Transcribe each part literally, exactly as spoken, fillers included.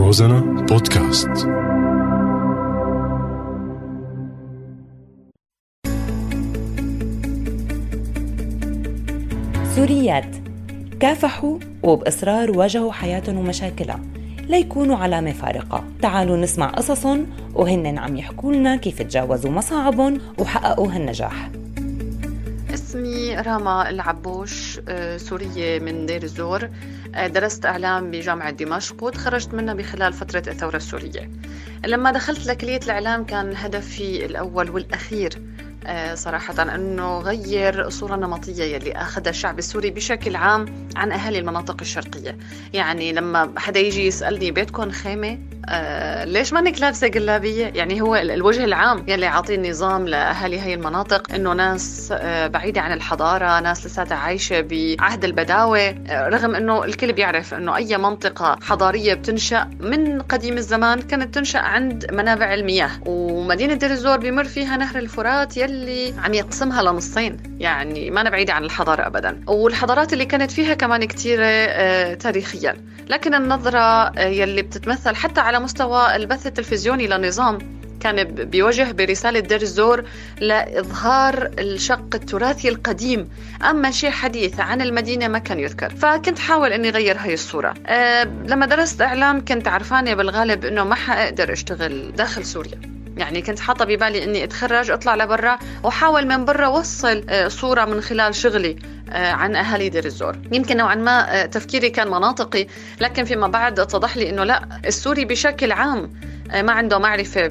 روزانا بودكاست. سوريات كافحوا وبإصرار واجهوا حياتهم ومشاكلها ليكونوا علامة فارقة. تعالوا نسمع قصصهم وهن عم يحكوا لنا كيف تجاوزوا مصاعبهم وحققوا هالنجاح. اسمي راما العبوش، سورية من دير الزور. درست إعلام بجامعة دمشق وتخرجت منها بخلال فترة الثورة السورية. لما دخلت لكلية الإعلام كان هدفي الأول والأخير صراحة أنه غير الصورة النمطية يلي أخذها الشعب السوري بشكل عام عن أهالي المناطق الشرقية. يعني لما حدا يجي يسألني بيتكم خيمة؟ آه ليش ما نك لابسة قلابية؟ يعني هو الوجه العام يلي عاطي النظام لأهالي هاي المناطق إنه ناس آه بعيدة عن الحضارة، ناس لساتها عايشة بعهد البداوة، آه رغم إنه الكل بيعرف إنه أي منطقة حضارية بتنشأ من قديم الزمان كانت تنشأ عند منابع المياه، ومدينة دير الزور بيمر فيها نهر الفرات يلي عم يقسمها لنصين، يعني ما أنا بعيدة عن الحضارة أبدا. والحضارات اللي كانت فيها كمان كتير آه تاريخيا، لكن النظرة آه يلي بتتمثل حتى على مستوى البث التلفزيوني للنظام كان بيوجه برسالة دير الزور لإظهار الشق التراثي القديم، أما شيء حديث عن المدينة ما كان يذكر. فكنت حاول أني غير هاي الصورة. أه لما درست إعلام كنت عرفانة بالغالب أنه ما حقدر أشتغل داخل سوريا، يعني كنت حاطة ببالي أني أتخرج أطلع لبرا وحاول من برا وصل صورة من خلال شغلي عن أهالي دير الزور. يمكن نوعا ما تفكيري كان مناطقي، لكن فيما بعد اتضح لي أنه لا، السوري بشكل عام ما عنده معرفة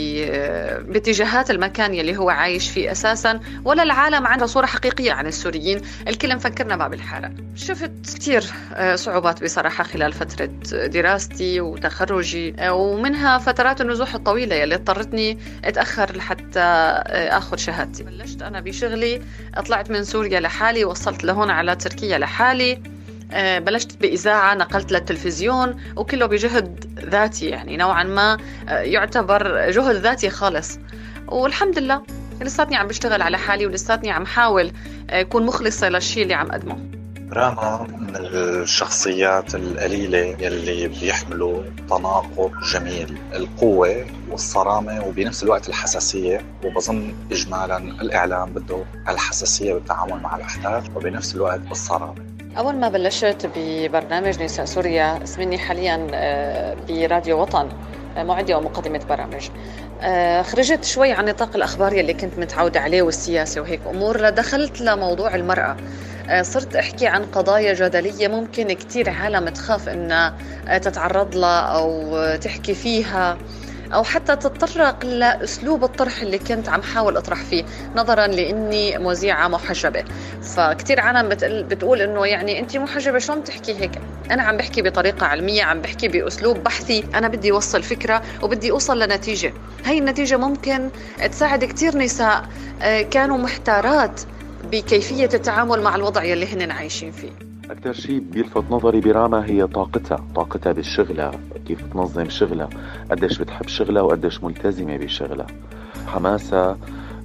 باتجاهات المكان يلي هو عايش فيه أساسا، ولا العالم عنده صورة حقيقية عن السوريين. الكل مفكرنا باب الحارة. شفت كتير صعوبات بصراحة خلال فترة دراستي وتخرجي، ومنها فترات النزوح الطويلة يلي اضطرتني اتأخر لحتى أخذ شهادتي. بلشت أنا بشغلي، طلعت من سوريا لحالي، وصلت لهون على تركيا لحالي، بلشت بإذاعة، نقلت للتلفزيون، وكله بجهد ذاتي، يعني نوعا ما يعتبر جهد ذاتي خالص. والحمد لله لساتني عم بشتغل على حالي، ولساتني عم حاول أكون مخلصة للشيء اللي عم أقدمه. راما من الشخصيات القليلة يلي بيحملوا تناقض جميل، القوة والصرامة وبنفس الوقت الحساسية. وبظن إجمالا الإعلام بده الحساسية بالتعامل مع الأحداث وبنفس الوقت الصرامة. أول ما بلشت ببرنامج نساء سوريا، اسمني حاليا براديو وطن معدة ومقدمة برامج، خرجت شوي عن نطاق الأخبار يلي كنت متعودة عليه والسياسة وهيك أمور، دخلت لموضوع المرأة. صرت أحكي عن قضايا جدلية ممكن كتير عالم تخاف إن تتعرض لها أو تحكي فيها، أو حتى تتطرق لأسلوب الطرح اللي كنت عم حاول أطرح فيه، نظرا لأني مذيعة محجبة. فكتير عالم بتقول إنه يعني أنت محجبة شلون تحكي هيك؟ أنا عم بحكي بطريقة علمية، عم بحكي بأسلوب بحثي، أنا بدي أوصل فكرة وبدي أوصل لنتيجة. هاي النتيجة ممكن تساعد كتير نساء كانوا محتارات بكيفية التعامل مع الوضع يلي هن عايشين فيه. أكثر شيء بيلفت نظري براما هي طاقتها طاقتها بالشغلة، كيف تنظم شغلها، قديش بتحب شغلها وقديش ملتزمة بشغلها، حماسها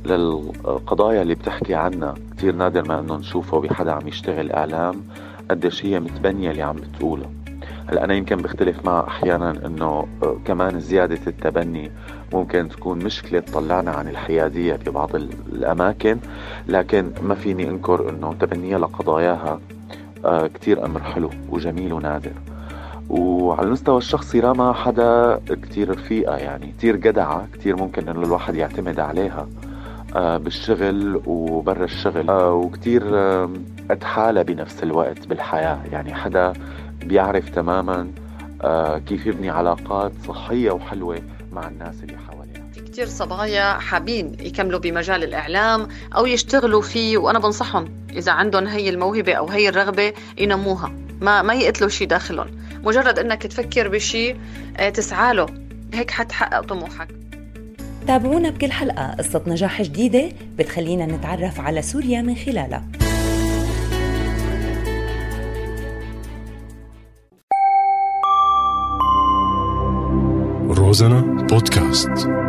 للقضايا اللي بتحكي عنها. كتير نادر ما أنه نشوفه بحدا عم يشتغل إعلام قديش هي متبنية اللي عم بتقوله. هلا أنا يمكن بختلف معه أحيانا أنه كمان زيادة التبني ممكن تكون مشكلة تطلعنا عن الحيادية في بعض الأماكن، لكن ما فيني أنكر أنه تبنيها لقضاياها آه كتير أمر حلو وجميل ونادر. وعلى المستوى الشخصي راما حدا كتير رفيقة، يعني كتير جدعة، كتير ممكن أن الواحد يعتمد عليها آه بالشغل وبر الشغل، آه وكتير آه أتحالى بنفس الوقت بالحياة، يعني حدا بيعرف تماما آه كيف يبني علاقات صحية وحلوة مع الناس اللي حواليه. في كتير صبايا حابين يكملوا بمجال الإعلام أو يشتغلوا فيه، وأنا بنصحهم إذا عندهم هي الموهبة أو هي الرغبة ينموها، ما ما يقتلوا شيء داخلهم. مجرد إنك تفكر بشيء تسعى له، هيك حتحقق طموحك. تابعونا بكل حلقة قصة نجاح جديدة بتخلينا نتعرف على سوريا من خلالها. روزانا بودكاست.